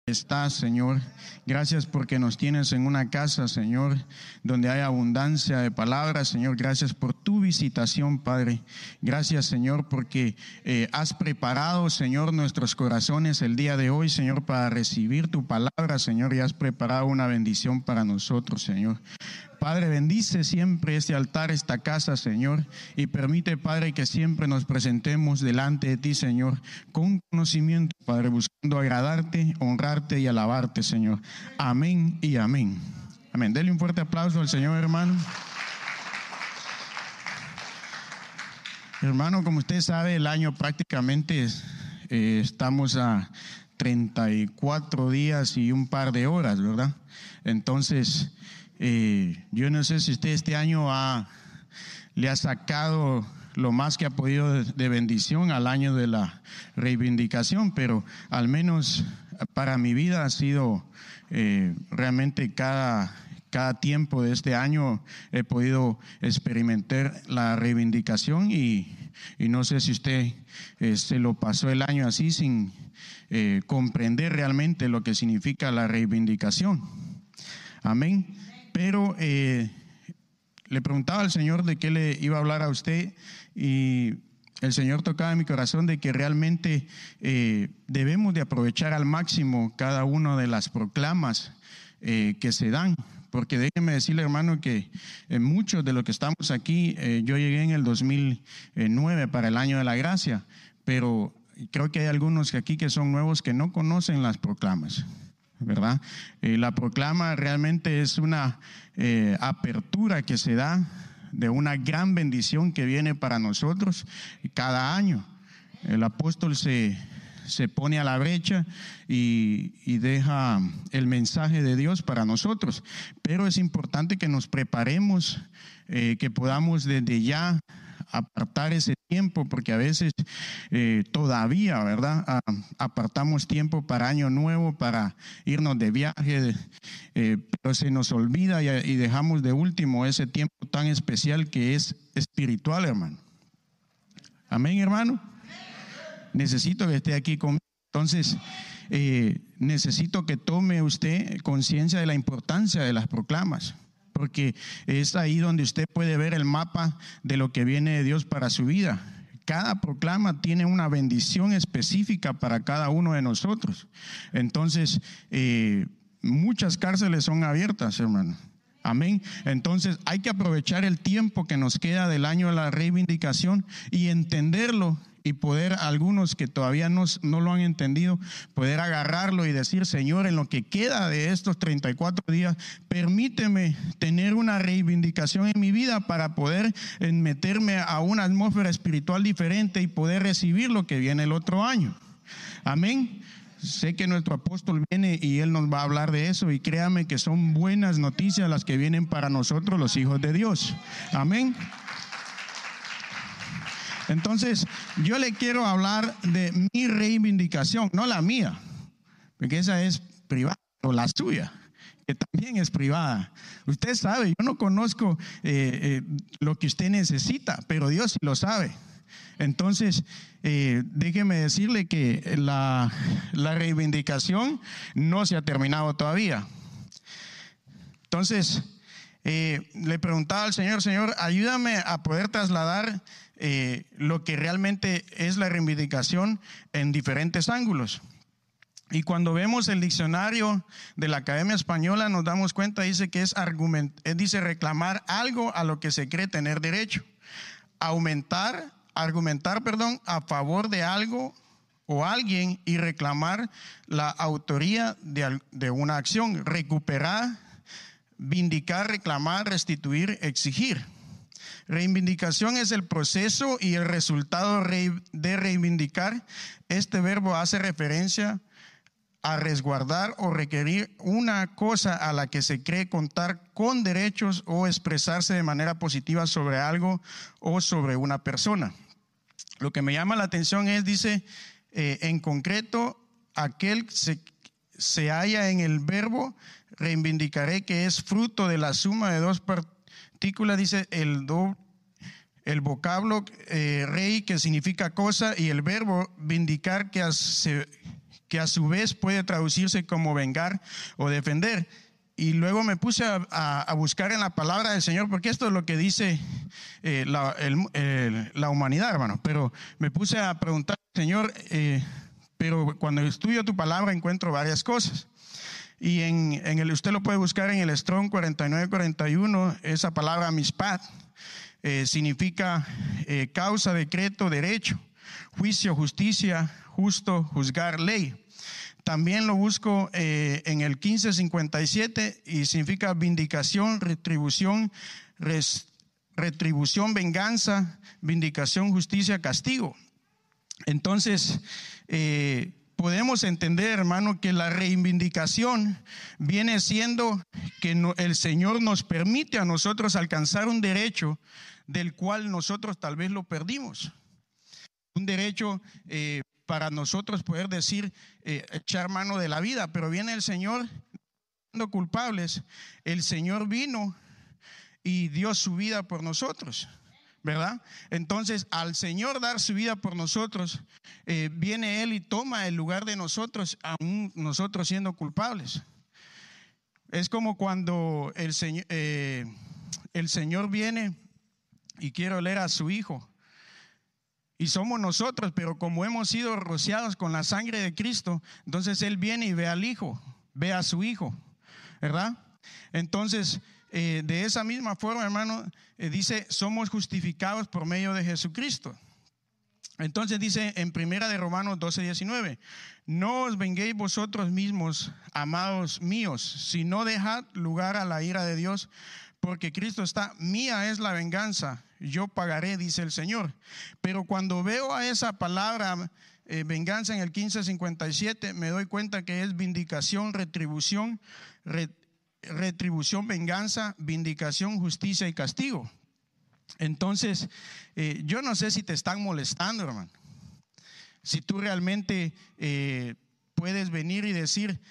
estás, Señor. Gracias porque nos tienes en una casa, Señor, donde hay abundancia de palabras, Señor. Gracias por tu visitación, Padre. Gracias, Señor, porque has preparado, Señor, nuestros corazones el día de hoy, Señor, para recibir tu palabra, Señor, y has preparado una bendición para nosotros, Señor. Padre, bendice siempre este altar, esta casa, Señor, y permite, Padre, que siempre nos presentemos delante de ti, Señor, con conocimiento, Padre, buscando agradarte, honrarte y alabarte, Señor. Amén y amén. Amén. Dele un fuerte aplauso al Señor, hermano. Hermano, como usted sabe, el año prácticamente estamos a 34 días y un par de horas, ¿verdad? Entonces, yo no sé si usted este año le ha sacado lo más que ha podido de bendición al año de la reivindicación, pero al menos para mi vida ha sido realmente cada tiempo de este año he podido experimentar la reivindicación y no sé si usted se lo pasó el año así sin comprender realmente lo que significa la reivindicación. Amén. Pero le preguntaba al Señor de qué le iba a hablar a usted y el Señor tocaba en mi corazón de que realmente debemos de aprovechar al máximo cada una de las proclamas que se dan. Porque déjeme decirle, hermano, que muchos de los que estamos aquí, yo llegué en el 2009 para el año de la gracia, pero creo que hay algunos aquí que son nuevos que no conocen las proclamas, ¿verdad? La proclama realmente es una apertura que se da de una gran bendición que viene para nosotros cada año. El apóstol se pone a la brecha y deja el mensaje de Dios para nosotros, pero es importante que nos preparemos, que podamos desde ya apartar ese tiempo, porque a veces todavía, ¿verdad? Apartamos tiempo para Año Nuevo, para irnos de viaje, pero se nos olvida y dejamos de último ese tiempo tan especial que es espiritual, hermano. Amén, hermano. Necesito que esté aquí conmigo. Entonces, necesito que tome usted conciencia de la importancia de las proclamas, porque es ahí donde usted puede ver el mapa de lo que viene de Dios para su vida. Cada proclama tiene una bendición específica para cada uno de nosotros. Entonces, muchas cárceles son abiertas, hermano. Amén. Entonces, hay que aprovechar el tiempo que nos queda del año de la reivindicación y entenderlo. Y poder, algunos que todavía no lo han entendido, poder agarrarlo y decir: Señor, en lo que queda de estos 34 días, permíteme tener una reivindicación en mi vida para poder meterme a una atmósfera espiritual diferente y poder recibir lo que viene el otro año. Amén. Sé que nuestro apóstol viene y él nos va a hablar de eso, y créame que son buenas noticias las que vienen para nosotros, los hijos de Dios. Amén. Entonces, yo le quiero hablar de mi reivindicación, no la mía, porque esa es privada, o la suya, que también es privada. Usted sabe, yo no conozco lo que usted necesita, pero Dios sí lo sabe. Entonces, déjeme decirle que la reivindicación no se ha terminado todavía. Entonces, le preguntaba al Señor: Señor, ayúdame a poder trasladar lo que realmente es la reivindicación en diferentes ángulos. Y cuando vemos el diccionario de la Academia Española, nos damos cuenta, dice que dice reclamar algo a lo que se cree tener derecho, argumentar a favor de algo o alguien y reclamar la autoría de una acción, recuperar, vindicar, reclamar, restituir, exigir. Reivindicación es el proceso y el resultado de reivindicar. Este verbo hace referencia a resguardar o requerir una cosa a la que se cree contar con derechos o expresarse de manera positiva sobre algo o sobre una persona. Lo que me llama la atención es, dice, en concreto, aquel se halla en el verbo reivindicaré, que es fruto de la suma de dos partículas, dice el vocablo rey, que significa cosa, y el verbo vindicar, que que a su vez puede traducirse como vengar o defender. Y luego me puse a buscar en la palabra del Señor, porque esto es lo que dice la humanidad, hermano. Pero me puse a preguntar, Señor, pero cuando estudio tu palabra encuentro varias cosas. Y usted lo puede buscar en el Strong 4941, esa palabra mishpat significa causa, decreto, derecho, juicio, justicia, justo, juzgar, ley. También lo busco en el 1557 y significa vindicación, retribución, venganza, vindicación, justicia, castigo. Entonces, podemos entender, hermano, que la reivindicación viene siendo que el Señor nos permite a nosotros alcanzar un derecho del cual nosotros tal vez lo perdimos. Un derecho para nosotros poder decir, echar mano de la vida, pero viene el Señor, siendo culpables, el Señor vino y dio su vida por nosotros, ¿verdad? Entonces, al Señor dar su vida por nosotros, viene Él y toma el lugar de nosotros, aún nosotros siendo culpables. Es como cuando el Señor viene y quiere oler a su Hijo. Y somos nosotros, pero como hemos sido rociados con la sangre de Cristo, entonces Él viene y ve al Hijo, ve a su Hijo, ¿verdad? Entonces, de esa misma forma, hermano, dice, somos justificados por medio de Jesucristo. Entonces dice en primera de Romanos 12:19, no os venguéis vosotros mismos, amados míos, sino dejad lugar a la ira de Dios, porque Cristo está, mía es la venganza, yo pagaré, dice el Señor. Pero cuando veo a esa palabra venganza en el 1557, me doy cuenta que es vindicación, retribución, venganza, vindicación, justicia y castigo. Entonces, yo no sé si te están molestando, hermano. Si tú realmente puedes venir y decir,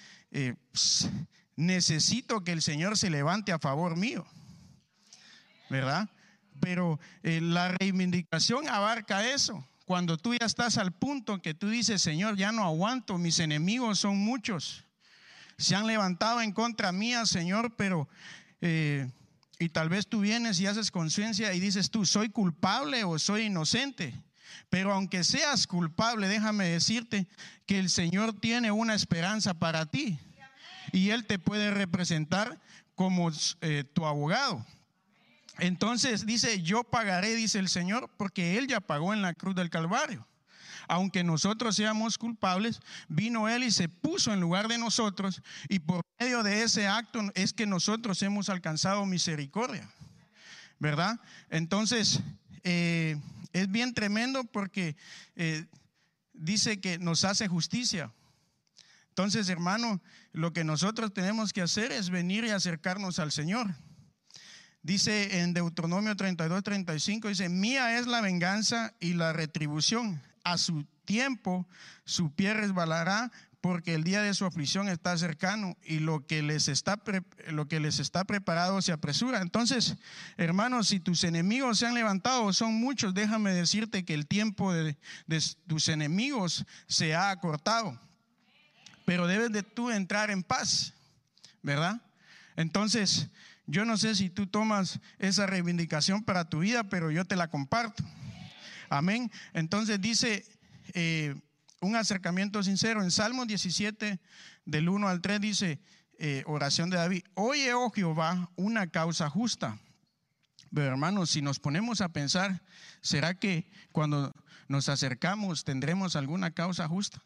necesito que el Señor se levante a favor mío, ¿verdad? Pero la reivindicación abarca eso. Cuando tú ya estás al punto que tú dices, Señor, ya no aguanto, mis enemigos son muchos, se han levantado en contra mía, Señor, pero y tal vez tú vienes y haces conciencia y dices tú, ¿soy culpable o soy inocente? Pero aunque seas culpable, déjame decirte que el Señor tiene una esperanza para ti y Él te puede representar como tu abogado. Entonces dice, yo pagaré, dice el Señor, porque Él ya pagó en la cruz del Calvario. Aunque nosotros seamos culpables, vino Él y se puso en lugar de nosotros, y por medio de ese acto es que nosotros hemos alcanzado misericordia, ¿verdad? Entonces, es bien tremendo porque dice que nos hace justicia. Entonces, hermano, lo que nosotros tenemos que hacer es venir y acercarnos al Señor. Dice en Deuteronomio 32:35, dice, mía es la venganza y la retribución. A su tiempo su pie resbalará, porque el día de su aflicción está cercano y lo que les está preparado se apresura. Entonces, hermanos, si tus enemigos se han levantado, son muchos, déjame decirte que el tiempo de tus enemigos se ha acortado. Pero debes de tú entrar en paz, ¿verdad? Entonces, yo no sé si tú tomas esa reivindicación para tu vida, pero yo te la comparto. Amén. Entonces dice un acercamiento sincero. En Salmos 17, del 1 al 3 dice, oración de David, oye, oh Jehová, una causa justa. Pero hermanos, si nos ponemos a pensar, ¿será que cuando nos acercamos tendremos alguna causa justa?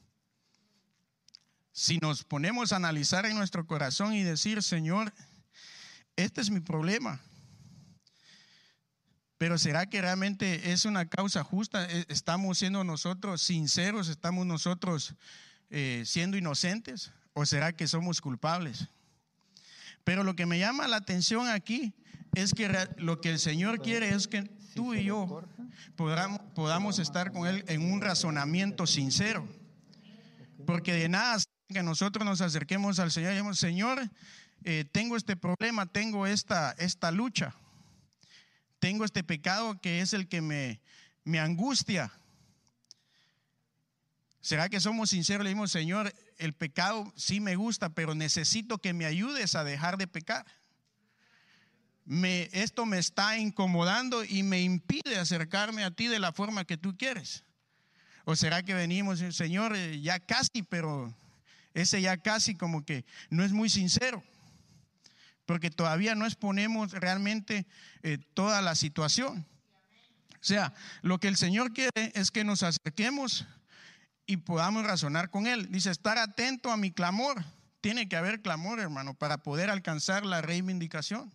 Si nos ponemos a analizar en nuestro corazón y decir, Señor, este es mi problema, pero ¿será que realmente es una causa justa? ¿Estamos siendo nosotros sinceros? ¿Estamos nosotros siendo inocentes? ¿O será que somos culpables? Pero lo que me llama la atención aquí es que lo que el Señor quiere es que tú y yo podamos estar con Él en un razonamiento sincero. Porque de nada que nosotros nos acerquemos al Señor y digamos, Señor, tengo este problema, tengo esta lucha, tengo este pecado que es el que me angustia. ¿Será que somos sinceros? Le decimos, Señor, el pecado sí me gusta, pero necesito que me ayudes a dejar de pecar. Esto me está incomodando y me impide acercarme a ti de la forma que tú quieres. ¿O será que venimos, Señor, ya casi, pero ese ya casi como que no es muy sincero? Porque todavía no exponemos realmente toda la situación. O sea, lo que el Señor quiere es que nos acerquemos y podamos razonar con Él. Dice, estar atento a mi clamor. Tiene que haber clamor, hermano, para poder alcanzar la reivindicación.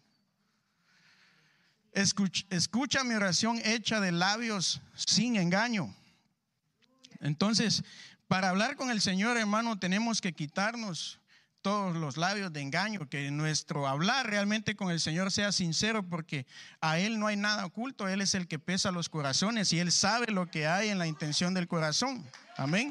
Escucha mi oración hecha de labios sin engaño. Entonces, para hablar con el Señor, hermano, tenemos que quitarnos todos los labios de engaño, que nuestro hablar realmente con el Señor sea sincero, porque a Él no hay nada oculto. Él es el que pesa los corazones y Él sabe lo que hay en la intención del corazón. Amén.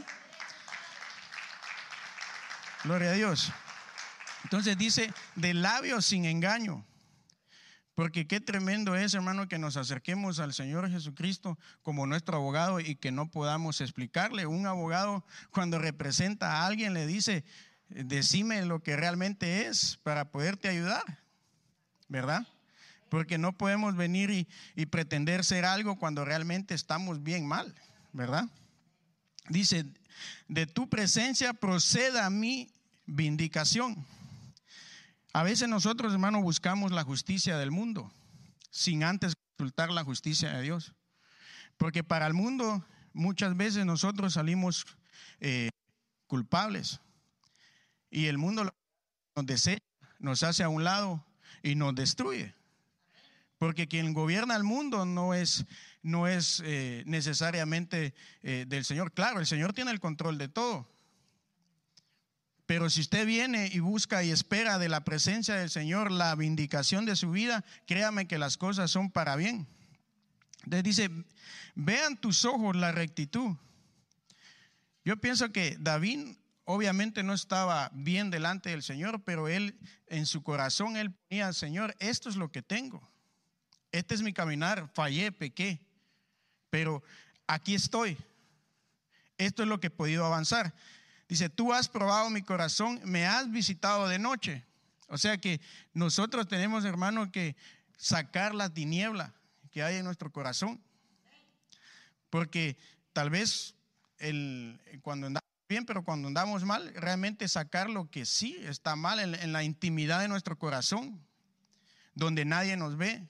Gloria a Dios. Entonces dice, de labios sin engaño. Porque qué tremendo es, hermano, que nos acerquemos al Señor Jesucristo como nuestro abogado y que no podamos explicarle. Un abogado, cuando representa a alguien, le dice, decime lo que realmente es para poderte ayudar, ¿verdad? Porque no podemos venir y pretender ser algo cuando realmente estamos bien mal, ¿verdad? Dice, de tu presencia proceda mi vindicación. A veces nosotros, hermanos, buscamos la justicia del mundo sin antes consultar la justicia de Dios. Porque para el mundo muchas veces nosotros salimos culpables y el mundo nos desecha, nos hace a un lado y nos destruye. Porque quien gobierna el mundo no es necesariamente del Señor. Claro, el Señor tiene el control de todo. Pero si usted viene y busca y espera de la presencia del Señor la vindicación de su vida, créame que las cosas son para bien. Entonces dice, vean tus ojos la rectitud. Yo pienso que David obviamente no estaba bien delante del Señor, pero él en su corazón, él ponía, Señor, esto es lo que tengo. Este es mi caminar, fallé, pequé, pero aquí estoy. Esto es lo que he podido avanzar. Dice, tú has probado mi corazón, me has visitado de noche. O sea que nosotros tenemos, hermano, que sacar la tiniebla que hay en nuestro corazón. Porque tal vez cuando andamos bien, pero cuando andamos mal, realmente sacar lo que sí está mal en la intimidad de nuestro corazón, donde nadie nos ve.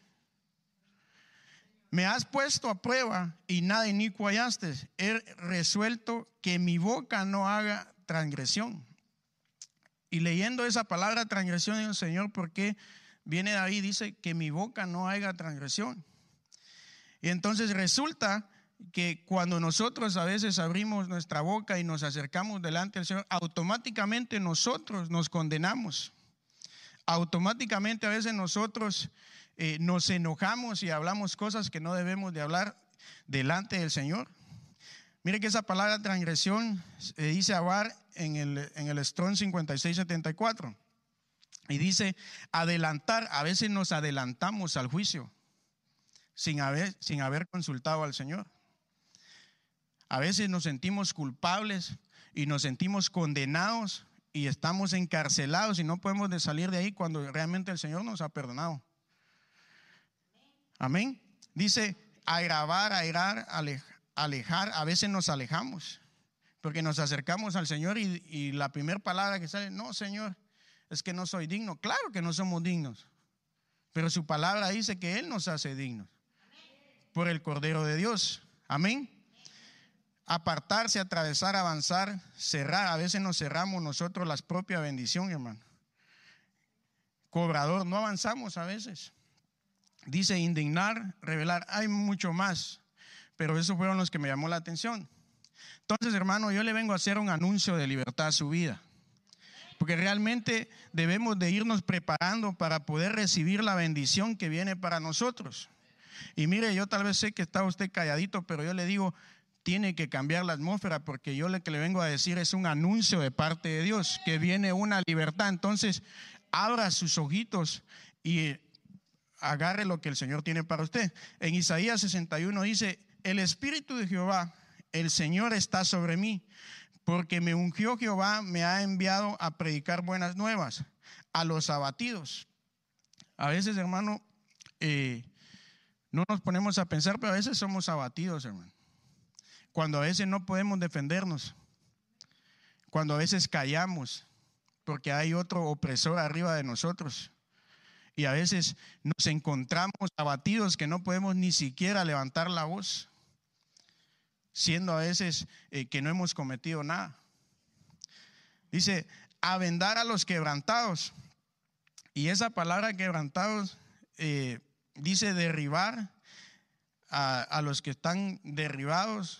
Me has puesto a prueba y nada inicuo hallaste. He resuelto que mi boca no haga transgresión. Y leyendo esa palabra transgresión, digo, Señor, ¿por qué viene David y dice que mi boca no haga transgresión? Y entonces resulta que cuando nosotros a veces abrimos nuestra boca y nos acercamos delante del Señor, automáticamente nosotros nos condenamos. Automáticamente a veces nosotros nos enojamos y hablamos cosas que no debemos de hablar delante del Señor. Mire que esa palabra transgresión dice avar en el Strong 5674 y dice adelantar. A veces nos adelantamos al juicio sin haber consultado al Señor. A veces nos sentimos culpables y nos sentimos condenados y estamos encarcelados y no podemos salir de ahí cuando realmente el Señor nos ha perdonado. Amén. Dice agravar, airar, alejar. A veces nos alejamos porque nos acercamos al Señor y la primera palabra que sale, no, Señor, es que no soy digno. Claro que no somos dignos, pero su palabra dice que Él nos hace dignos por el Cordero de Dios. Amén. Apartarse, atravesar, avanzar, cerrar. A veces nos cerramos nosotros la propia bendición, hermano. Cobrador, no avanzamos a veces. Dice indignar, revelar. Hay mucho más, pero esos fueron los que me llamó la atención. Entonces, hermano, yo le vengo a hacer un anuncio de libertad a su vida, porque realmente debemos de irnos preparando para poder recibir la bendición que viene para nosotros. Y mire, yo tal vez sé que está usted calladito, pero yo le digo, tiene que cambiar la atmósfera, porque yo lo que le vengo a decir es un anuncio de parte de Dios, que viene una libertad. Entonces, abra sus ojitos y agarre lo que el Señor tiene para usted. En Isaías 61 dice, el Espíritu de Jehová, el Señor está sobre mí, porque me ungió Jehová, me ha enviado a predicar buenas nuevas a los abatidos. A veces, hermano, no nos ponemos a pensar, pero a veces somos abatidos, hermano. Cuando a veces no podemos defendernos, cuando a veces callamos porque hay otro opresor arriba de nosotros, y a veces nos encontramos abatidos que no podemos ni siquiera levantar la voz, siendo a veces que no hemos cometido nada. Dice, a vendar a los quebrantados. Y esa palabra quebrantados dice derribar a los que están derribados,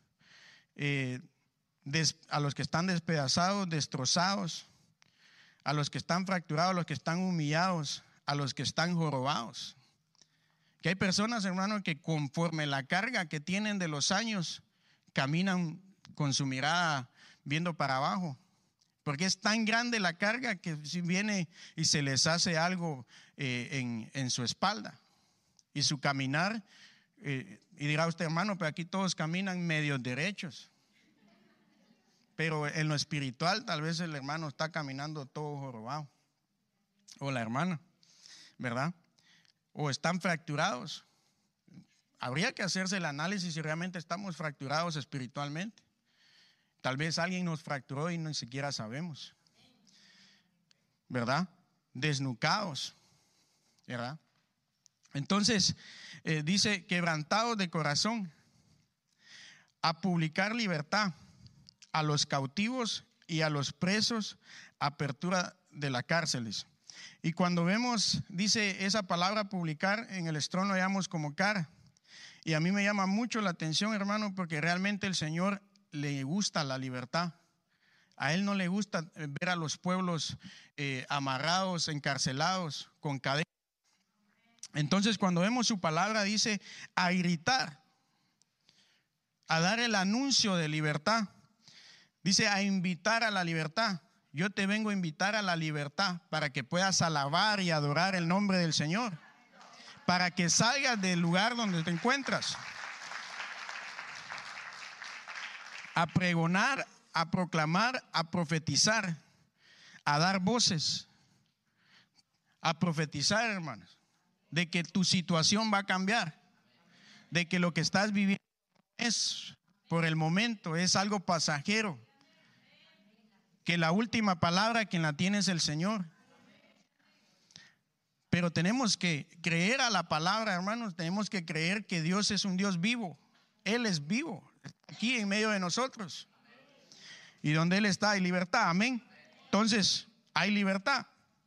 a los que están despedazados, destrozados, a los que están fracturados, a los que están humillados, a los que están jorobados. Que hay personas, hermano, que conforme la carga que tienen de los años, caminan con su mirada viendo para abajo, porque es tan grande la carga que si viene y se les hace algo en su espalda y su caminar, y dirá usted, hermano, pero aquí todos caminan medio derechos, pero en lo espiritual tal vez el hermano está caminando todo jorobado, o la hermana, ¿verdad? O están fracturados. Habría que hacerse el análisis si realmente estamos fracturados espiritualmente. Tal vez alguien nos fracturó y ni siquiera sabemos, ¿verdad? Desnucados, ¿verdad? Entonces, dice, quebrantados de corazón, a publicar libertad a los cautivos y a los presos, apertura de las cárceles. Y cuando vemos, dice esa palabra publicar, en el Strong lo llamamos como cara. Y a mí me llama mucho la atención, hermano, porque realmente el Señor le gusta la libertad. A Él no le gusta ver a los pueblos amarrados, encarcelados, con cadenas. Entonces, cuando vemos su palabra, dice a gritar, a dar el anuncio de libertad. Dice a invitar a la libertad. Yo te vengo a invitar a la libertad para que puedas alabar y adorar el nombre del Señor, para que salgas del lugar donde te encuentras, a pregonar, a proclamar, a profetizar, a dar voces, a profetizar, hermanos, de que tu situación va a cambiar, de que lo que estás viviendo es por el momento, es algo pasajero, que la última palabra quien la tiene es el Señor. Pero tenemos que creer a la palabra, hermanos. Tenemos que creer que Dios es un Dios vivo. Él es vivo, aquí en medio de nosotros. Y donde Él está hay libertad, amén. Entonces hay libertad.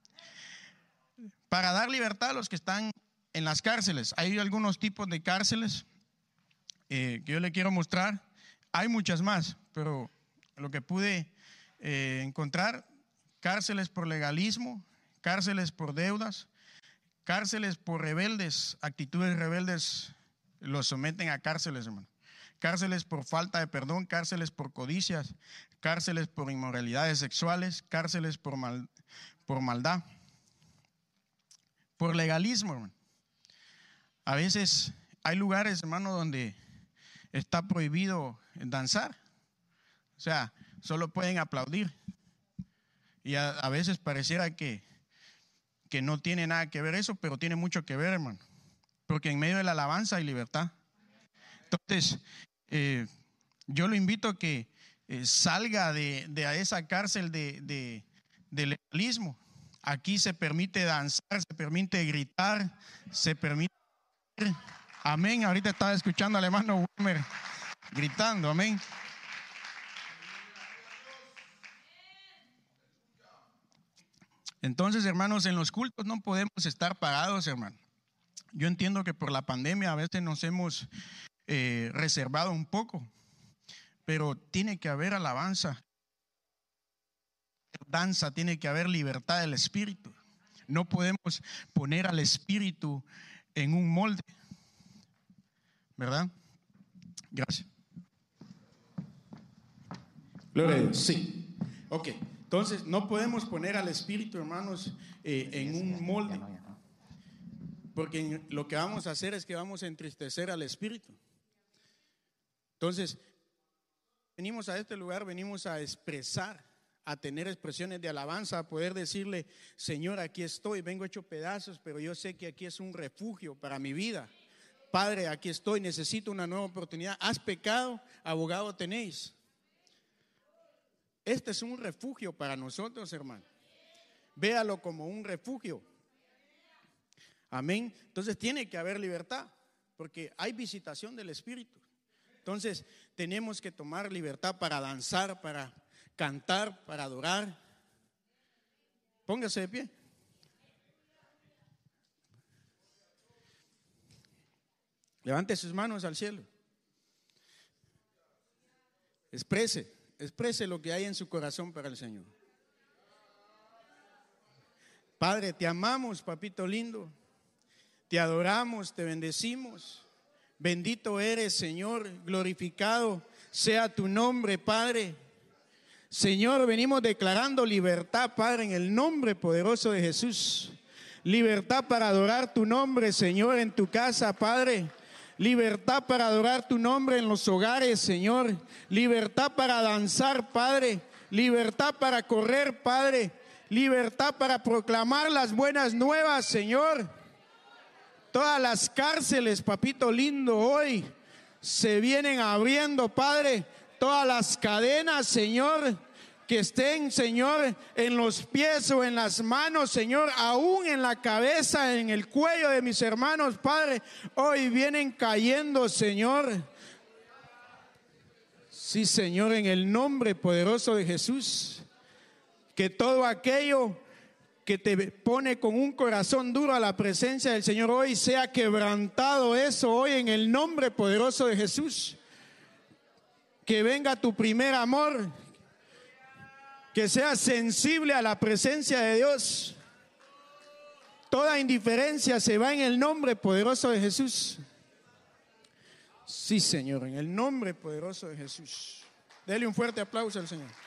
Para dar libertad a los que están en las cárceles. Hay algunos tipos de cárceles que yo le quiero mostrar. Hay muchas más, pero lo que pude encontrar: cárceles por legalismo, cárceles por deudas, cárceles por rebeldes, actitudes rebeldes los someten a cárceles, hermano. Cárceles por falta de perdón, cárceles por codicias, cárceles por inmoralidades sexuales, cárceles por maldad, por legalismo, hermano. A veces hay lugares, hermano, donde está prohibido danzar. O sea, solo pueden aplaudir. Y a veces pareciera que no tiene nada que ver eso, pero tiene mucho que ver, hermano. Porque en medio de la alabanza hay libertad. Entonces, yo lo invito a que salga de esa cárcel de legalismo. Aquí se permite danzar, se permite gritar, se permite... Amén. Ahorita estaba escuchando al hermano Wilmer gritando, amén. Entonces, hermanos, en los cultos no podemos estar parados, hermano. Yo entiendo que por la pandemia a veces nos hemos reservado un poco, pero tiene que haber alabanza, danza, tiene que haber libertad del espíritu. No podemos poner al espíritu en un molde, ¿verdad? Gracias. Gloria a Dios. Sí. Ok. Entonces, no podemos poner al espíritu, hermanos, en un molde. Porque lo que vamos a hacer es que vamos a entristecer al espíritu. Entonces, venimos a este lugar, venimos a expresar, a tener expresiones de alabanza, a poder decirle: Señor, aquí estoy, vengo hecho pedazos, pero yo sé que aquí es un refugio para mi vida. Padre, aquí estoy, necesito una nueva oportunidad. Has pecado, abogado tenéis. Este es un refugio para nosotros, hermano. Véalo como un refugio. Amén. Entonces tiene que haber libertad, porque hay visitación del Espíritu. Entonces tenemos que tomar libertad para danzar, para cantar, para adorar. Póngase de pie. Levante sus manos al cielo. Exprese lo que hay en su corazón para el Señor. Padre, te amamos, papito lindo. Te adoramos, te bendecimos. Bendito eres, Señor, glorificado sea tu nombre, Padre. Señor, venimos declarando libertad, Padre, en el nombre poderoso de Jesús. Libertad para adorar tu nombre, Señor, en tu casa, Padre. Libertad para adorar tu nombre en los hogares, Señor. Libertad para danzar, Padre. Libertad para correr, Padre. Libertad para proclamar las buenas nuevas, Señor. Todas las cárceles, papito lindo, hoy se vienen abriendo, Padre. Todas las cadenas, Señor, que estén, Señor, en los pies o en las manos, Señor, aún en la cabeza, en el cuello de mis hermanos, Padre, hoy vienen cayendo, Señor. Sí, Señor, en el nombre poderoso de Jesús. Que todo aquello que te pone con un corazón duro a la presencia del Señor hoy sea quebrantado eso hoy en el nombre poderoso de Jesús. Que venga tu primer amor, que seas sensible a la presencia de Dios. Toda indiferencia se va en el nombre poderoso de Jesús. Sí, Señor, en el nombre poderoso de Jesús. Dele un fuerte aplauso al Señor.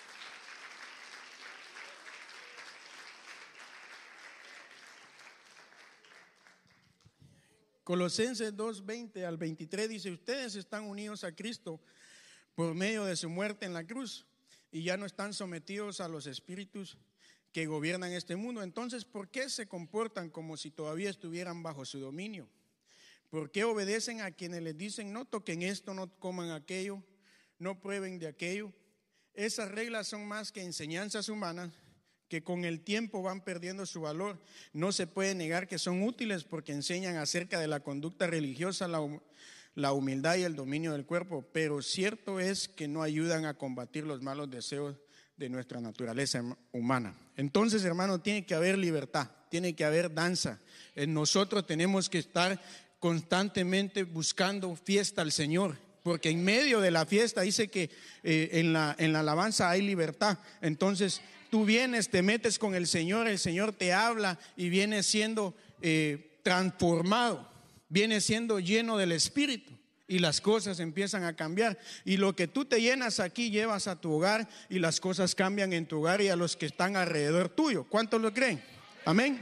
Colosenses 2:20 al 23 dice: ustedes están unidos a Cristo por medio de su muerte en la cruz y ya no están sometidos a los espíritus que gobiernan este mundo. Entonces, ¿por qué se comportan como si todavía estuvieran bajo su dominio? ¿Por qué obedecen a quienes les dicen: no toquen esto, no coman aquello, no prueben de aquello? Esas reglas son más que enseñanzas humanas que con el tiempo van perdiendo su valor. No se puede negar que son útiles porque enseñan acerca de la conducta religiosa, la humildad y el dominio del cuerpo, pero cierto es que no ayudan a combatir los malos deseos de nuestra naturaleza humana. Entonces, hermano, tiene que haber libertad, tiene que haber danza. Nosotros tenemos que estar constantemente buscando fiesta al Señor, porque en medio de la fiesta dice que en la alabanza hay libertad. Entonces tú vienes, te metes con el Señor te habla y vienes siendo transformado, vienes siendo lleno del Espíritu y las cosas empiezan a cambiar. Y lo que tú te llenas aquí llevas a tu hogar y las cosas cambian en tu hogar y a los que están alrededor tuyo. ¿Cuántos lo creen? Amén.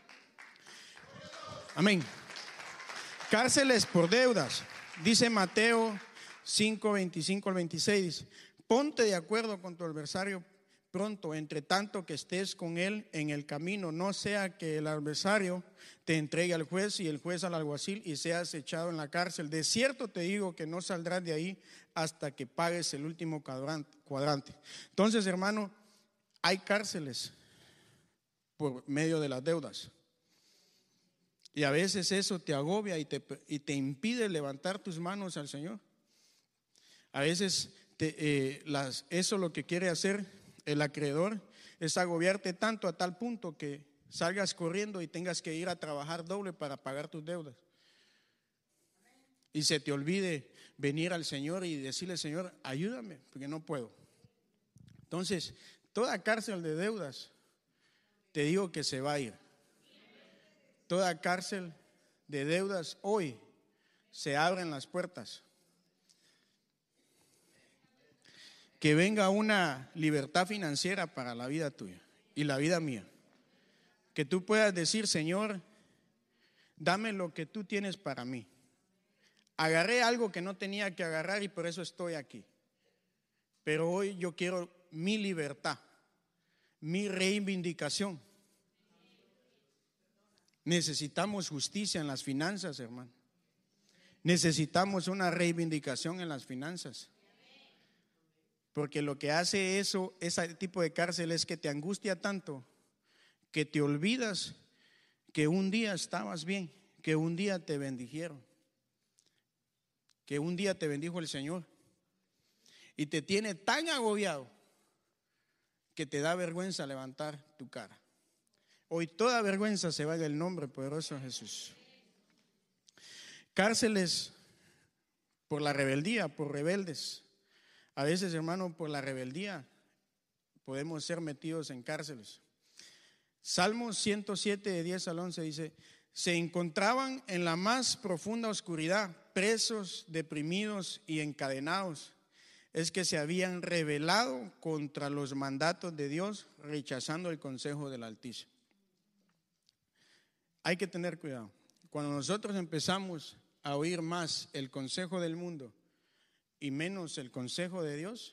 Amén. Cárceles por deudas. Dice Mateo 5:25 al 26, dice: ponte de acuerdo con tu adversario pronto, entre tanto que estés con él en el camino, no sea que el adversario te entregue al juez y el juez al alguacil y seas echado en la cárcel. De cierto te digo que no saldrás de ahí hasta que pagues el último cuadrante. Entonces, hermano, hay cárceles por medio de las deudas. Y a veces eso te agobia y te impide levantar tus manos al Señor. A veces eso lo que quiere hacer el acreedor es agobiarte tanto a tal punto que salgas corriendo y tengas que ir a trabajar doble para pagar tus deudas. Y se te olvide venir al Señor y decirle: Señor, ayúdame, porque no puedo. Entonces, toda cárcel de deudas, te digo que se va a ir. Toda cárcel de deudas hoy se abren las puertas. Que venga una libertad financiera para la vida tuya y la vida mía. Que tú puedas decir: Señor, dame lo que tú tienes para mí. Agarré algo que no tenía que agarrar y por eso estoy aquí. Pero hoy yo quiero mi libertad, mi reivindicación. Necesitamos justicia en las finanzas, hermano. Necesitamos una reivindicación en las finanzas. Porque lo que hace ese tipo de cárcel es que te angustia tanto que te olvidas que un día estabas bien, que un día te bendijeron, que un día te bendijo el Señor. Y te tiene tan agobiado que te da vergüenza levantar tu cara. Hoy toda vergüenza se va en el nombre poderoso de Jesús. Cárceles por la rebeldía, por rebeldes. A veces, hermano, por la rebeldía podemos ser metidos en cárceles. Salmos 107, de 10 al 11 dice: se encontraban en la más profunda oscuridad, presos, deprimidos y encadenados. Es que se habían rebelado contra los mandatos de Dios, rechazando el consejo del Altísimo. Hay que tener cuidado. Cuando nosotros empezamos a oír más el consejo del mundo y menos el consejo de Dios,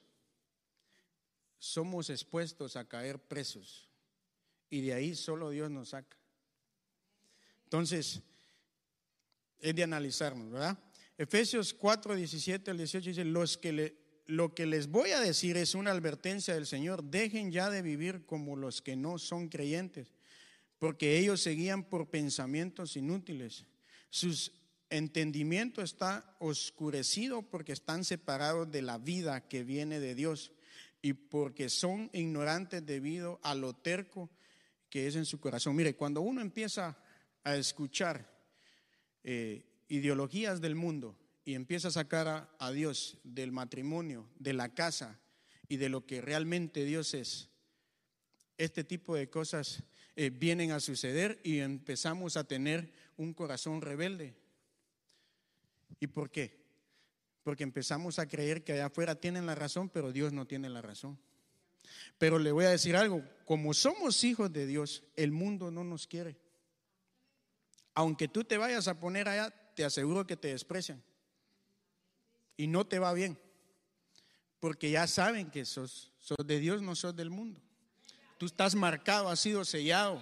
somos expuestos a caer presos, y de ahí solo Dios nos saca. Entonces, es de analizarnos, ¿verdad? Efesios 4, 17 al 18 dice: lo que les voy a decir es una advertencia del Señor. Dejen ya de vivir como los que no son creyentes, porque ellos se guían por pensamientos inútiles. Sus entendimiento está oscurecido porque están separados de la vida que viene de Dios y porque son ignorantes debido a lo terco que es en su corazón. Mire, cuando uno empieza a escuchar ideologías del mundo y empieza a sacar a Dios del matrimonio, de la casa y de lo que realmente Dios es, este tipo de cosas vienen a suceder y empezamos a tener un corazón rebelde. ¿Y por qué? Porque empezamos a creer que allá afuera tienen la razón, pero Dios no tiene la razón. Pero le voy a decir algo: como somos hijos de Dios, el mundo no nos quiere. Aunque tú te vayas a poner allá, te aseguro que te desprecian y no te va bien, porque ya saben que sos de Dios, no sos del mundo. Tú estás marcado, has sido sellado.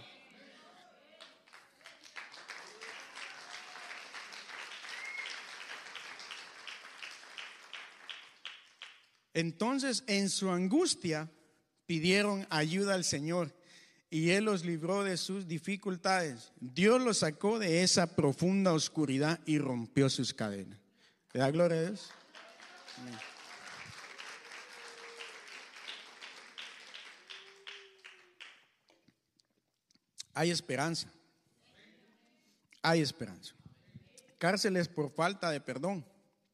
Entonces, en su angustia pidieron ayuda al Señor y Él los libró de sus dificultades. Dios los sacó de esa profunda oscuridad y rompió sus cadenas. ¿Le da gloria a Dios? Amén. Hay esperanza. Hay esperanza. Cárceles por falta de perdón.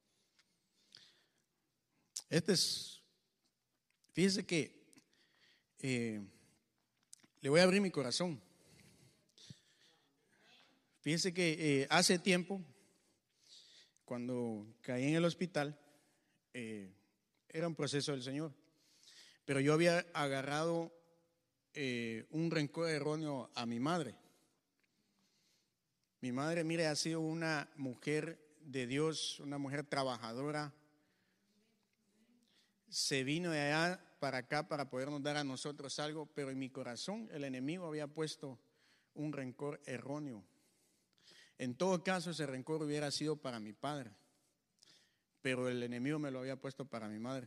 Fíjese que le voy a abrir mi corazón. Fíjese que hace tiempo, cuando caí en el hospital, era un proceso del Señor, pero yo había agarrado un rencor erróneo a mi madre. Mi madre, mire, ha sido una mujer de Dios, una mujer trabajadora. Se vino de allá para acá para podernos dar a nosotros algo, pero en mi corazón el enemigo había puesto un rencor erróneo. En todo caso, ese rencor hubiera sido para mi padre, pero el enemigo me lo había puesto para mi madre.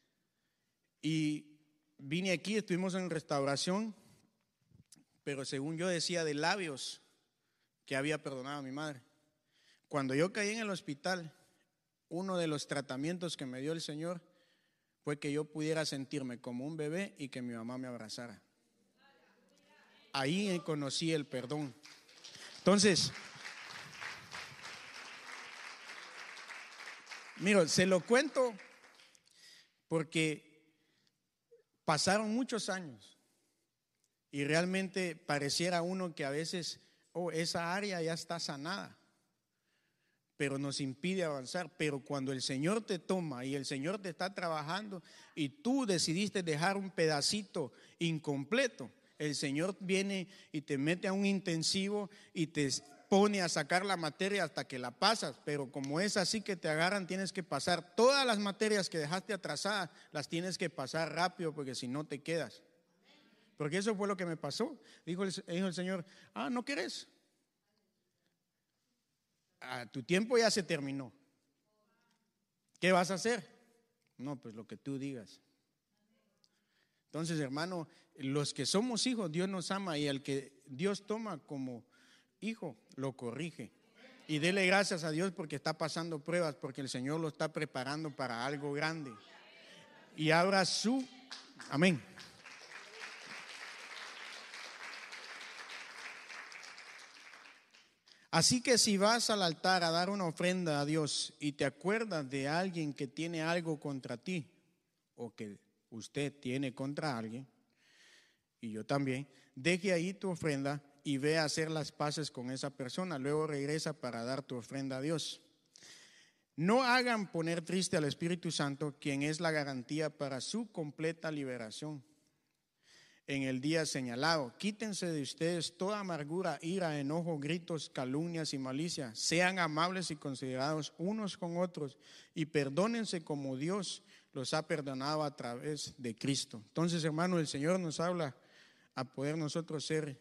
Y vine aquí, estuvimos en restauración, pero según yo decía de labios que había perdonado a mi madre. Cuando yo caí en el hospital, uno de los tratamientos que me dio el Señor fue que yo pudiera sentirme como un bebé y que mi mamá me abrazara. Ahí conocí el perdón. Entonces, mira, se lo cuento porque pasaron muchos años y realmente pareciera uno que a veces, esa área ya está sanada, pero nos impide avanzar. Pero cuando el Señor te toma y el Señor te está trabajando y tú decidiste dejar un pedacito incompleto, el Señor viene y te mete a un intensivo y te pone a sacar la materia hasta que la pasas, pero como es así que te agarran, tienes que pasar todas las materias que dejaste atrasadas, las tienes que pasar rápido porque si no te quedas. Porque eso fue lo que me pasó. Dijo el Señor, ¿no querés? Tu tiempo ya se terminó. ¿Qué vas a hacer? No, pues lo que tú digas. Entonces, hermano, los que somos hijos, Dios nos ama, y al que Dios toma como hijo, lo corrige. Y dele gracias a Dios porque está pasando pruebas, porque el Señor lo está preparando para algo grande. Y abra su... Amén. Así que si vas al altar a dar una ofrenda a Dios y te acuerdas de alguien que tiene algo contra ti, o que usted tiene contra alguien, y yo también, deje ahí tu ofrenda y ve a hacer las paces con esa persona. Luego regresa para dar tu ofrenda a Dios. No hagan poner triste al Espíritu Santo, quien es la garantía para su completa liberación en el día señalado. Quítense de ustedes toda amargura, ira, enojo, gritos, calumnias y malicia. Sean amables y considerados unos con otros y perdónense como Dios los ha perdonado a través de Cristo. Entonces, hermano, el Señor nos habla a poder nosotros ser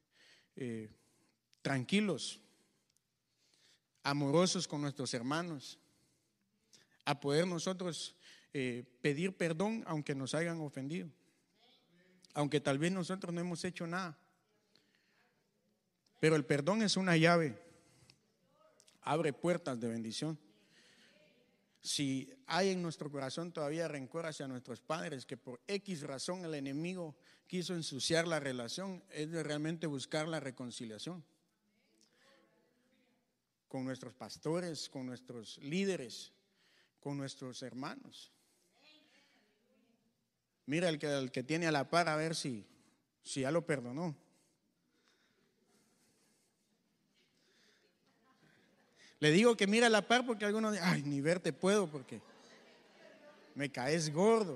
tranquilos, amorosos con nuestros hermanos, a poder nosotros pedir perdón aunque nos hayan ofendido, aunque tal vez nosotros no hemos hecho nada. Pero el perdón es una llave, abre puertas de bendición. Si hay en nuestro corazón todavía rencor hacia nuestros padres, que por X razón el enemigo quiso ensuciar la relación, es de realmente buscar la reconciliación con nuestros pastores, con nuestros líderes, con nuestros hermanos. Mira el que tiene a la par a ver si ya lo perdonó. Le digo que mira a la par porque algunos dicen, ay, ni verte puedo porque me caes gordo.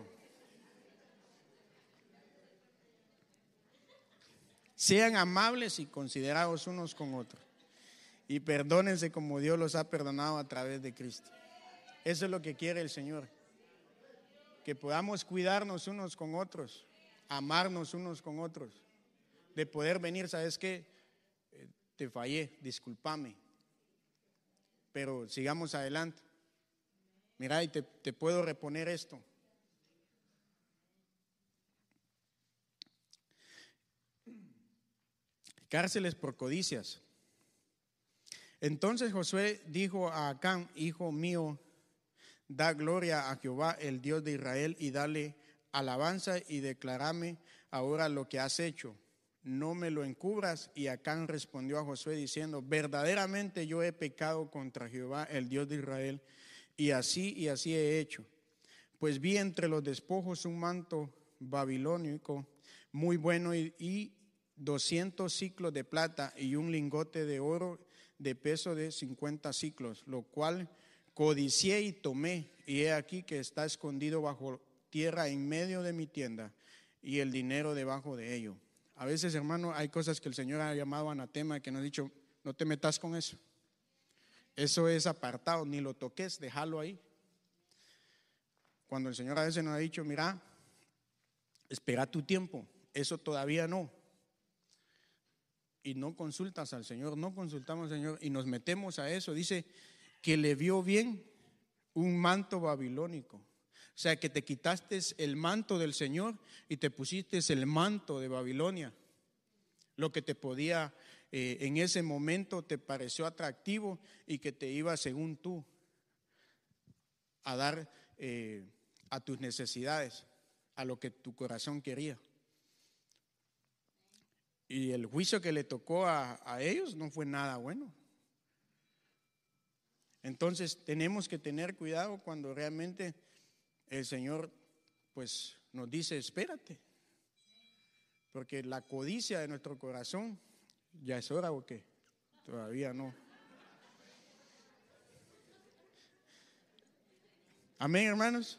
Sean amables y considerados unos con otros y perdónense como Dios los ha perdonado a través de Cristo. Eso es lo que quiere el Señor, que podamos cuidarnos unos con otros, amarnos unos con otros, de poder venir, ¿sabes qué? Te fallé, discúlpame, pero sigamos adelante. Mira, y te puedo reponer esto. Cárceles por codicias. Entonces Josué dijo a Acán, hijo mío, da gloria a Jehová, el Dios de Israel, y dale alabanza y declárame ahora lo que has hecho. No me lo encubras. Y Acán respondió a Josué diciendo, verdaderamente yo he pecado contra Jehová, el Dios de Israel, y así he hecho. Pues vi entre los despojos un manto babilónico muy bueno y 200 siclos de plata y un lingote de oro de peso de 50 siclos, lo cual codicié y tomé, y he aquí que está escondido bajo tierra en medio de mi tienda, y el dinero debajo de ello. A veces, hermano, hay cosas que el Señor ha llamado anatema, que nos ha dicho, no te metas con eso. Eso es apartado, ni lo toques, déjalo ahí. Cuando el Señor a veces nos ha dicho, mira, espera tu tiempo, eso todavía no. Y no consultas al Señor, no consultamos al Señor y nos metemos a eso. Dice que le vio bien un manto babilónico. O sea, que te quitaste el manto del Señor y te pusiste el manto de Babilonia. Lo que te podía, en ese momento te pareció atractivo y que te iba según tú a dar a tus necesidades, a lo que tu corazón quería. Y el juicio que le tocó a ellos no fue nada bueno. Entonces tenemos que tener cuidado cuando realmente el Señor pues nos dice espérate, porque la codicia de nuestro corazón, ¿ya es hora o qué? Todavía no. Amén, hermanos.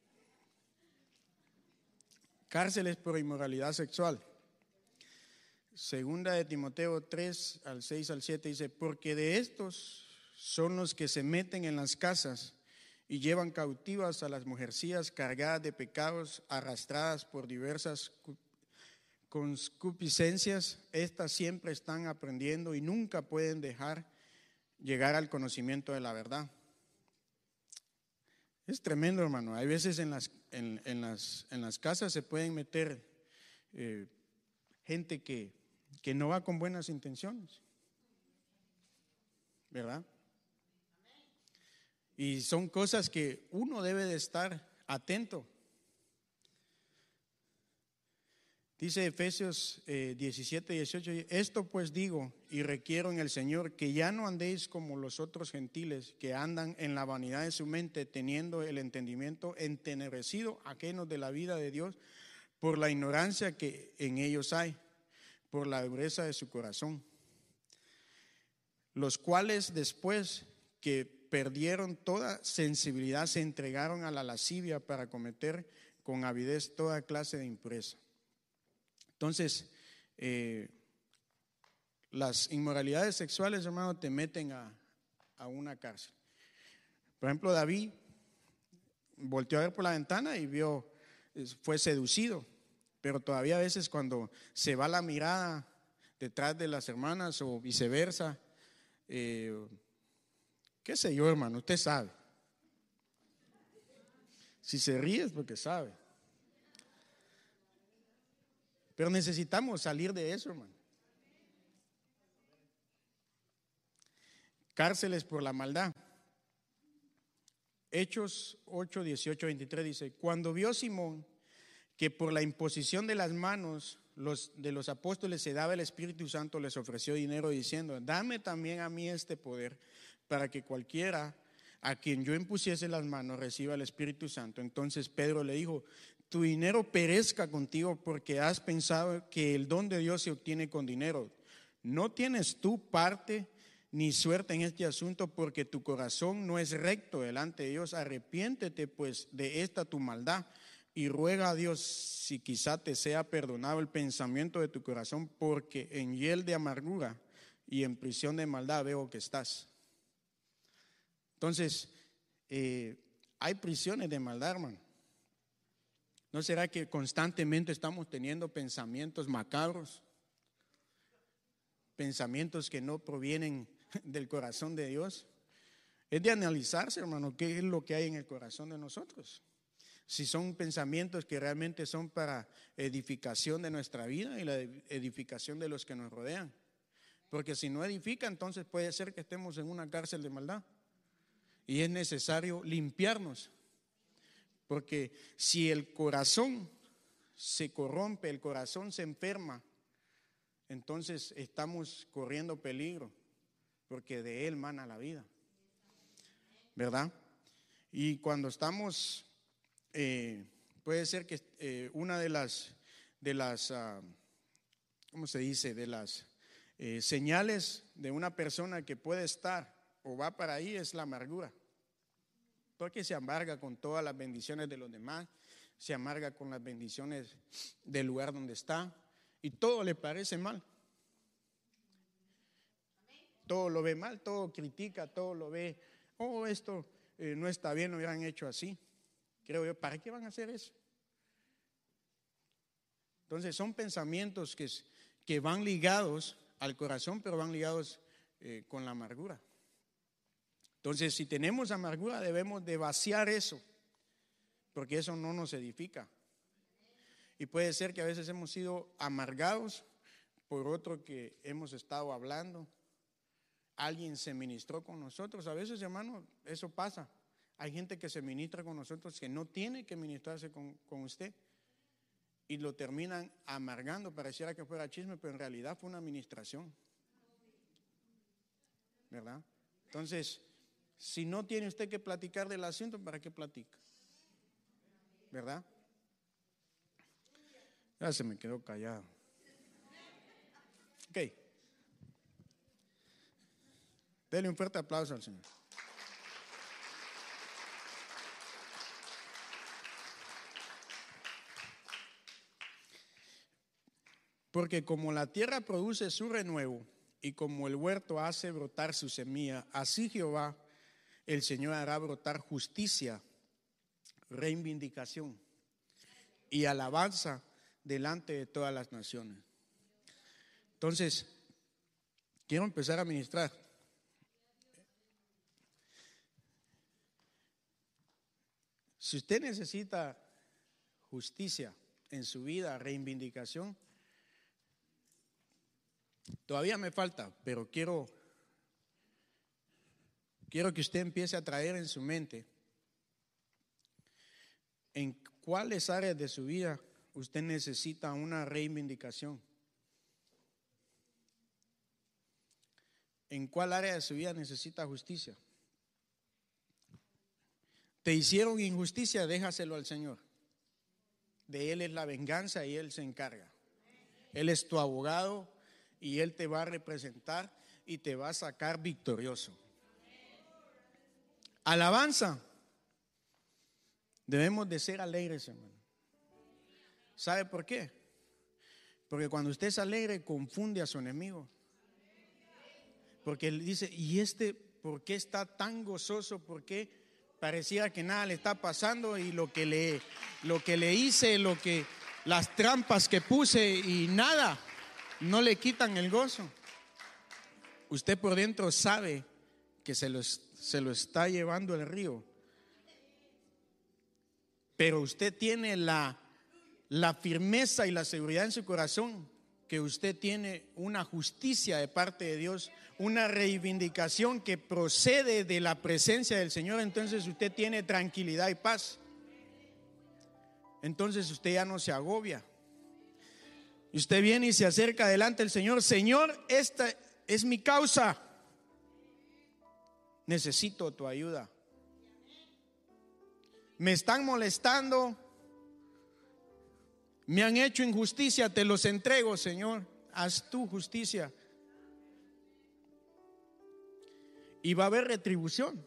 Cárceles por inmoralidad sexual. Segunda de Timoteo 3, al 6 al 7 dice: porque de estos son los que se meten en las casas y llevan cautivas a las mujercillas cargadas de pecados, arrastradas por diversas concupiscencias. Estas siempre están aprendiendo y nunca pueden dejar llegar al conocimiento de la verdad. Es tremendo, hermano. Hay veces en las casas se pueden meter gente que no va con buenas intenciones, ¿verdad? Y son cosas que uno debe de estar atento. Dice Efesios 17, 18: esto pues digo y requiero en el Señor, que ya no andéis como los otros gentiles, que andan en la vanidad de su mente, teniendo el entendimiento entenebrecido, ajenos de la vida de Dios, por la ignorancia que en ellos hay, por la dureza de su corazón, los cuales después que perdieron toda sensibilidad se entregaron a la lascivia para cometer con avidez toda clase de impureza. Entonces, las inmoralidades sexuales, hermano, te meten a una cárcel. Por ejemplo, David volteó a ver por la ventana y fue seducido, pero todavía a veces cuando se va la mirada detrás de las hermanas o viceversa, qué sé yo, hermano, usted sabe. Si se ríe es porque sabe. Pero necesitamos salir de eso, hermano. Cárceles por la maldad. Hechos 8, 18, 23 dice: cuando vio Simón que por la imposición de las manos de los apóstoles se daba el Espíritu Santo, les ofreció dinero diciendo: dame también a mí este poder, para que cualquiera a quien yo impusiese las manos reciba el Espíritu Santo. Entonces Pedro le dijo: tu dinero perezca contigo, porque has pensado que el don de Dios se obtiene con dinero. No tienes tú parte ni suerte en este asunto, porque tu corazón no es recto delante de Dios. Arrepiéntete pues de esta tu maldad y ruega a Dios si quizá te sea perdonado el pensamiento de tu corazón, porque en hiel de amargura y en prisión de maldad veo que estás. Entonces, hay prisiones de maldad, hermano. ¿No será que constantemente estamos teniendo pensamientos macabros? Pensamientos que no provienen del corazón de Dios. Es de analizarse, hermano, qué es lo que hay en el corazón de nosotros. Si son pensamientos que realmente son para edificación de nuestra vida y la edificación de los que nos rodean. Porque si no edifica, entonces puede ser que estemos en una cárcel de maldad. Y es necesario limpiarnos. Porque si el corazón se corrompe, el corazón se enferma, entonces estamos corriendo peligro, porque de él mana la vida, ¿verdad? Y cuando estamos, puede ser que una de las ¿cómo se dice? De las señales de una persona que puede estar o va para ahí es la amargura. Porque se amarga con todas las bendiciones de los demás, se amarga con las bendiciones del lugar donde está y todo le parece mal. Todo lo ve mal, todo critica, todo lo ve, esto no está bien, lo hubieran hecho así. Creo yo, ¿para qué van a hacer eso? Entonces son pensamientos que van ligados al corazón, pero van ligados con la amargura. Entonces, si tenemos amargura, debemos de vaciar eso, porque eso no nos edifica. Y puede ser que a veces hemos sido amargados por otro que hemos estado hablando. Alguien se ministró con nosotros. A veces, hermano, eso pasa. Hay gente que se ministra con nosotros que no tiene que ministrarse con usted. Y lo terminan amargando. Pareciera que fuera chisme, pero en realidad fue una ministración, ¿verdad? Entonces, si no tiene usted que platicar del asunto, ¿para qué platica? ¿Verdad? Ya se me quedó callado. Ok. Dele un fuerte aplauso al Señor. Porque como la tierra produce su renuevo y como el huerto hace brotar su semilla, así Jehová, el Señor, hará brotar justicia, reivindicación y alabanza delante de todas las naciones. Entonces, quiero empezar a ministrar. Si usted necesita justicia en su vida, reivindicación, todavía me falta, pero quiero que usted empiece a traer en su mente en cuáles áreas de su vida usted necesita una reivindicación. ¿En cuál área de su vida necesita justicia? Te hicieron injusticia, déjaselo al Señor. De Él es la venganza y Él se encarga. Él es tu abogado y Él te va a representar y te va a sacar victorioso. Alabanza. Debemos de ser alegres, hermano. ¿Sabe por qué? Porque cuando usted es alegre, confunde a su enemigo. Porque él dice, ¿y por qué está tan gozoso? ¿Por qué pareciera que nada le está pasando? Y lo que le hice, las trampas que puse y nada, no le quitan el gozo. Usted por dentro sabe que se lo está llevando el río. Pero usted tiene la firmeza y la seguridad en su corazón que usted tiene una justicia de parte de Dios, una reivindicación que procede de la presencia del Señor. Entonces usted tiene tranquilidad y paz. Entonces usted ya no se agobia. Y usted viene y se acerca delante del Señor. Señor, esta es mi causa. Necesito tu ayuda. Me están molestando. Me han hecho injusticia, te los entrego, Señor. Haz tu justicia. Y va a haber retribución.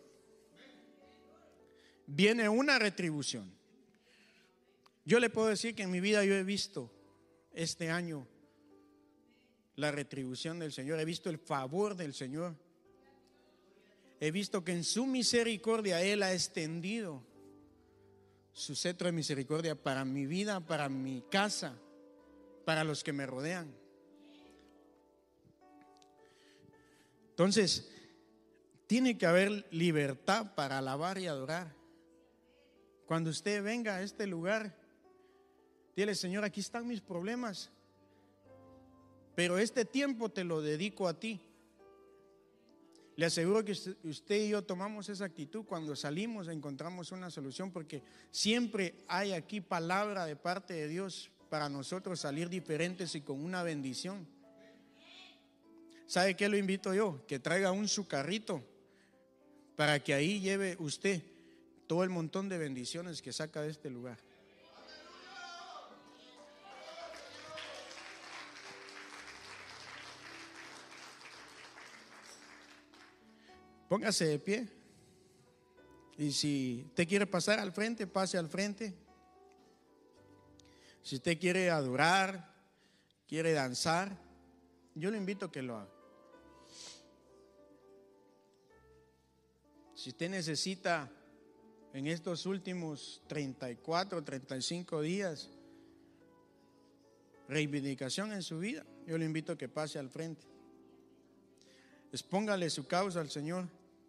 Viene una retribución. Yo le puedo decir que en mi vida yo he visto este año la retribución del Señor. He visto el favor del Señor. He visto que en su misericordia Él ha extendido su cetro de misericordia para mi vida, para mi casa, para los que me rodean. Entonces, tiene que haber libertad para alabar y adorar. Cuando usted venga a este lugar, dile, Señor, aquí están mis problemas, pero este tiempo te lo dedico a ti. Le aseguro que usted y yo tomamos esa actitud. Cuando salimos encontramos una solución, porque siempre hay aquí palabra de parte de Dios para nosotros salir diferentes y con una bendición. ¿Sabe qué lo invito yo? Que traiga su carrito para que ahí lleve usted todo el montón de bendiciones que saca de este lugar. Póngase de pie. Y si usted quiere pasar al frente, pase al frente. Si usted quiere adorar, quiere danzar, yo le invito a que lo haga. Si usted necesita en estos últimos 34, 35 días reivindicación en su vida, yo le invito a que pase al frente. Expóngale su causa al Señor.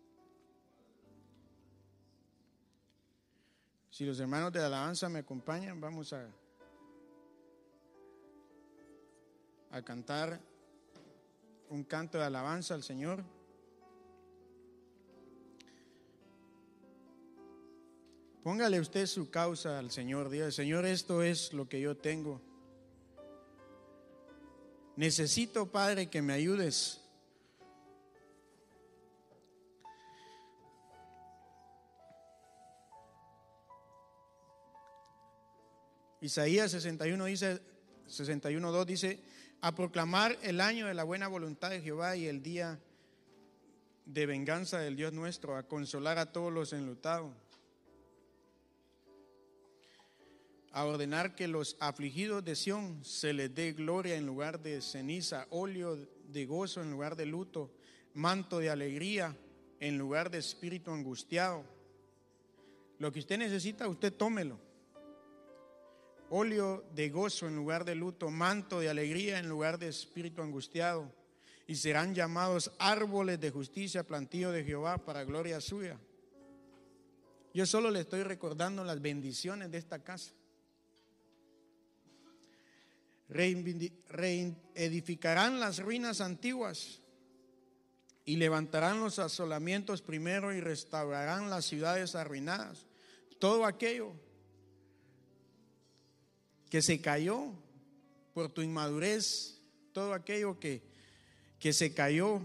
Si los hermanos de alabanza me acompañan, vamos a cantar un canto de alabanza al Señor. Póngale usted su causa al Señor. Diga, Señor, esto es lo que yo tengo. Necesito, Padre, que me ayudes. Isaías 61:2 dice: a proclamar el año de la buena voluntad de Jehová y el día de venganza del Dios nuestro, a consolar a todos los enlutados, a ordenar que los afligidos de Sión se les dé gloria en lugar de ceniza, óleo de gozo en lugar de luto, manto de alegría en lugar de espíritu angustiado. Lo que usted necesita, usted tómelo. Óleo de gozo en lugar de luto, manto de alegría en lugar de espíritu angustiado. Y serán llamados árboles de justicia, plantío de Jehová para gloria suya. Yo solo le estoy recordando las bendiciones de esta casa. Reedificarán las ruinas antiguas y levantarán los asolamientos primero y restaurarán las ciudades arruinadas. Todo aquello que se cayó por tu inmadurez, todo aquello que se cayó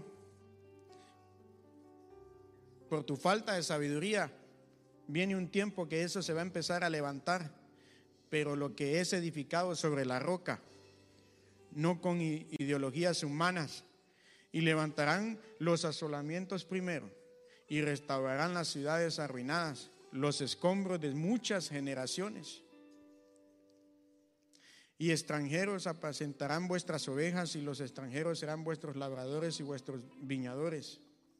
por tu falta de sabiduría, viene un tiempo que eso se va a empezar a levantar, pero lo que es edificado sobre la roca, no con ideologías humanas. Y levantarán los asolamientos primero y restaurarán las ciudades arruinadas, los escombros de muchas generaciones. Y extranjeros apacentarán vuestras ovejas, y los extranjeros serán vuestros labradores y vuestros viñadores.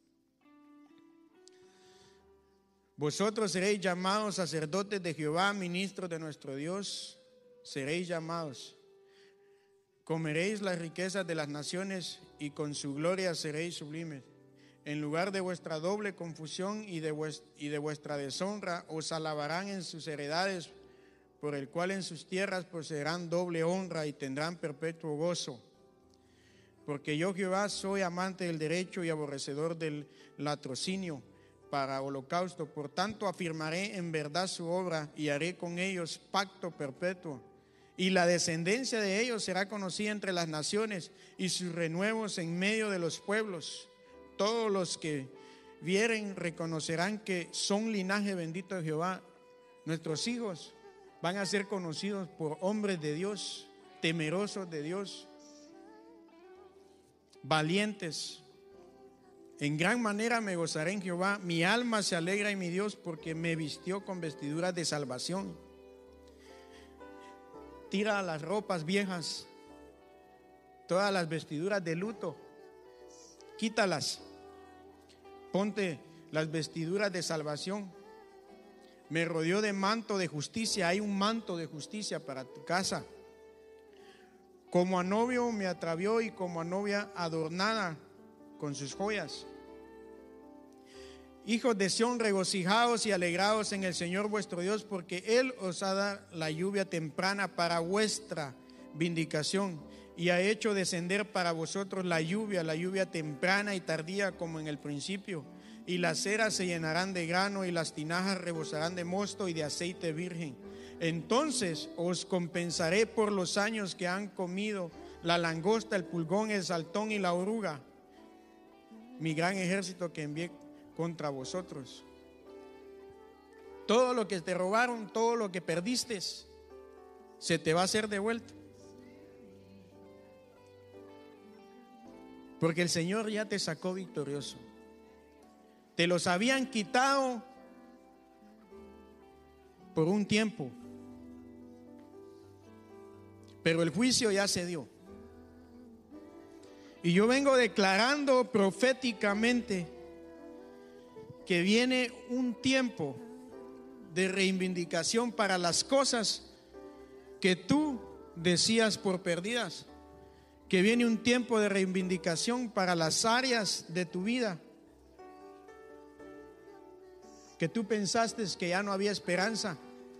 Vosotros seréis llamados sacerdotes de Jehová, ministros de nuestro Dios, seréis llamados. Comeréis las riquezas de las naciones y con su gloria seréis sublimes. En lugar de vuestra doble confusión y de vuestra deshonra, os alabarán en sus heredades, por el cual en sus tierras poseerán doble honra y tendrán perpetuo gozo. Porque yo, Jehová, soy amante del derecho y aborrecedor del latrocinio para holocausto. Por tanto, afirmaré en verdad su obra y haré con ellos pacto perpetuo. Y la descendencia de ellos será conocida entre las naciones y sus renuevos en medio de los pueblos. Todos los que vieren reconocerán que son linaje bendito de Jehová. Nuestros hijos van a ser conocidos por hombres de Dios, temerosos de Dios, valientes. En gran manera me gozaré en Jehová, mi alma se alegra en mi Dios, porque me vistió con vestiduras de salvación. Tira las ropas viejas, todas las vestiduras de luto, quítalas, ponte las vestiduras de salvación. Me rodeó de manto de justicia, hay un manto de justicia para tu casa. Como a novio me atravió y como a novia adornada con sus joyas. Hijos de Sión, regocijaos y alegraos en el Señor vuestro Dios, porque Él os ha dado la lluvia temprana para vuestra vindicación, y ha hecho descender para vosotros la lluvia temprana y tardía como en el principio. Y las eras se llenarán de grano y las tinajas rebosarán de mosto y de aceite virgen. Entonces os compensaré por los años que han comido la langosta, el pulgón, el saltón y la oruga, mi gran ejército que envié contra vosotros. Todo lo que te robaron, todo lo que perdiste, se te va a hacer de vuelta, porque el Señor ya te sacó victorioso. Te los habían quitado por un tiempo, pero el juicio ya se dio. Y yo vengo declarando proféticamente que viene un tiempo de reivindicación para las cosas que tú decías por perdidas, que viene un tiempo de reivindicación para las áreas de tu vida que tú pensaste que ya no había esperanza.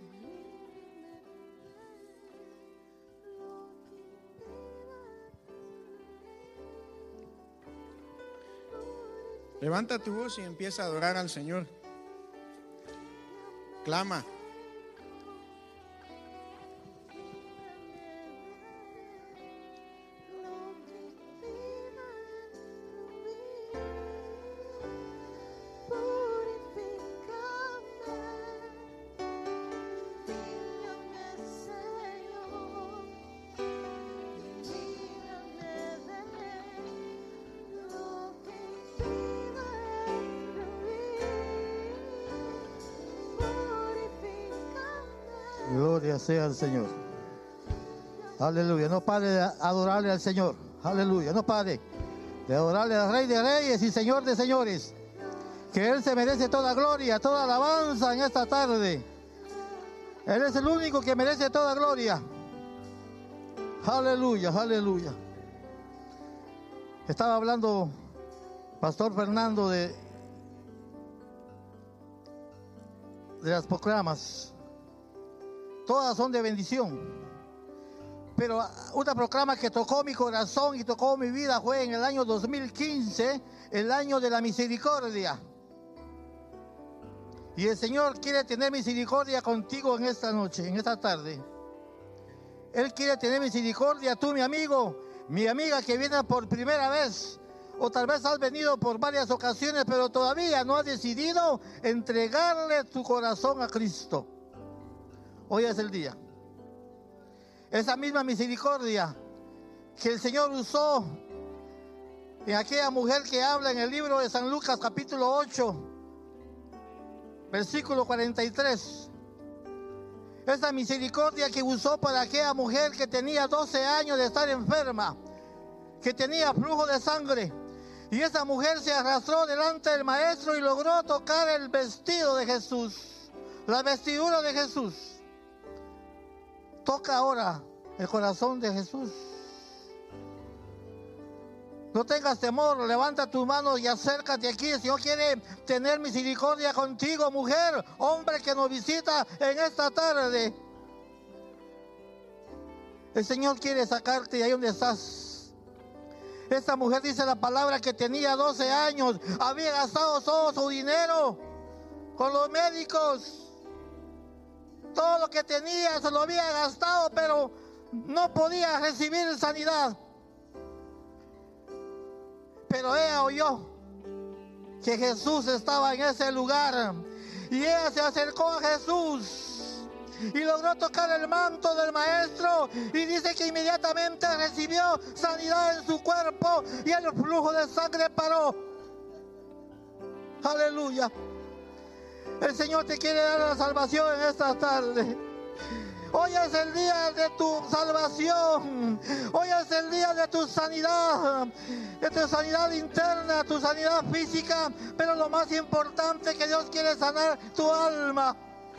Levanta tu voz y empieza a adorar al Señor. Clama. Purifícame. Gloria sea al Señor. Aleluya. No pare de adorarle al Señor. Aleluya. No pare de adorarle al Rey de Reyes y Señor de Señores. Que Él se merece toda gloria, toda alabanza en esta tarde. Él es el único que merece toda gloria. Aleluya, aleluya. Estaba hablando Pastor Fernando de las proclamas. Todas son de bendición. Pero una proclama que tocó mi corazón y tocó mi vida fue en el año 2015, el año de la misericordia. Y el Señor quiere tener misericordia contigo en esta noche, en esta tarde. Él quiere tener misericordia, tú, mi amigo, mi amiga que viene por primera vez, o tal vez has venido por varias ocasiones, pero todavía no has decidido entregarle tu corazón a Cristo. Hoy es el día. Esa misma misericordia que el Señor usó en aquella mujer que habla en el libro de San Lucas, capítulo 8, versículo 43. Esa misericordia que usó para aquella mujer que tenía 12 años de estar enferma, que tenía flujo de sangre. Y esa mujer se arrastró delante del maestro y logró tocar el vestido de Jesús, la vestidura de Jesús. Toca ahora el corazón de Jesús. No tengas temor, levanta tus manos y acércate aquí. El Señor quiere tener misericordia contigo, mujer, hombre que nos visita en esta tarde. El Señor quiere sacarte de ahí donde estás. Esta mujer dice la palabra que tenía 12 años, había gastado todo su dinero con los médicos. Todo lo que tenía se lo había gastado, pero no podía recibir sanidad. Pero ella oyó que Jesús estaba en ese lugar y ella se acercó a Jesús y logró tocar el manto del maestro y dice que inmediatamente recibió sanidad en su cuerpo y el flujo de sangre paró. Aleluya. El Señor te quiere dar la salvación en esta tarde. Hoy es el día de tu salvación. Hoy es el día de tu sanidad interna, tu sanidad física. Pero lo más importante, que Dios quiere sanar tu alma.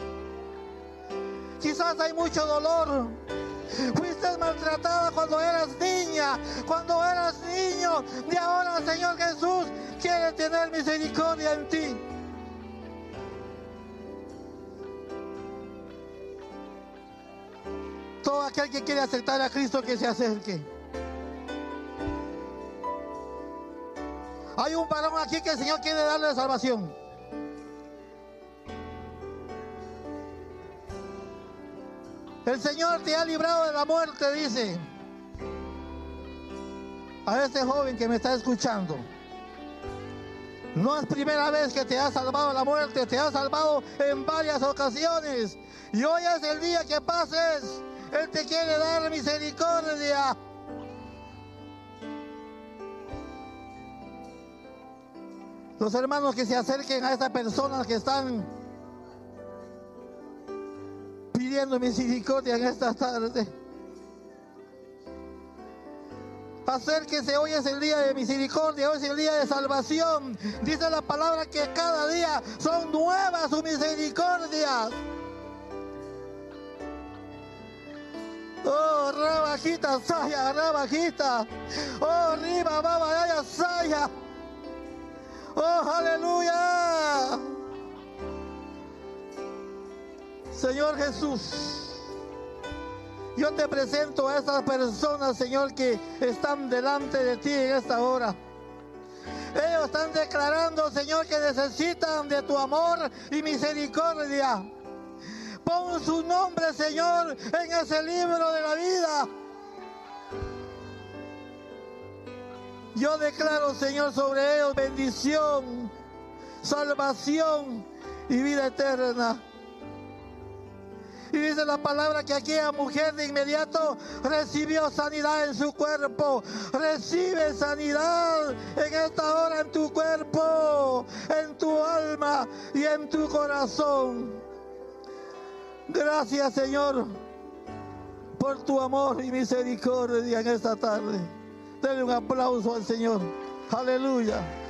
Quizás hay mucho dolor. Fuiste maltratada cuando eras niña, cuando eras niño. Y ahora el Señor Jesús quiere tener misericordia en ti. Todo aquel que quiere aceptar a Cristo, que se acerque. Hay un varón aquí que el Señor quiere darle salvación. El Señor te ha librado de la muerte, dice a este joven que me está escuchando. No es primera vez que te ha salvado de la muerte, te ha salvado en varias ocasiones. Y hoy es el día que pases. Él te quiere dar misericordia. Los hermanos que se acerquen a estas personas que están pidiendo misericordia en esta tarde. Acérquese, hoy es el día de misericordia, hoy es el día de salvación. Dice la palabra que cada día son nuevas sus misericordias. Oh, rabajita, saya, rabajita. Oh, riba, babaya, saya. Oh, aleluya. Señor Jesús, yo te presento a estas personas, Señor, que están delante de ti en esta hora. Ellos están declarando, Señor, que necesitan de tu amor y misericordia. Pon su nombre, Señor, en ese libro de la vida. Yo declaro, Señor, sobre ellos bendición, salvación y vida eterna. Y dice la palabra que aquella mujer de inmediato recibió sanidad en su cuerpo. Recibe sanidad en esta hora en tu cuerpo, en tu alma y en tu corazón. Gracias, Señor, por tu amor y misericordia en esta tarde. Denle un aplauso al Señor. Aleluya.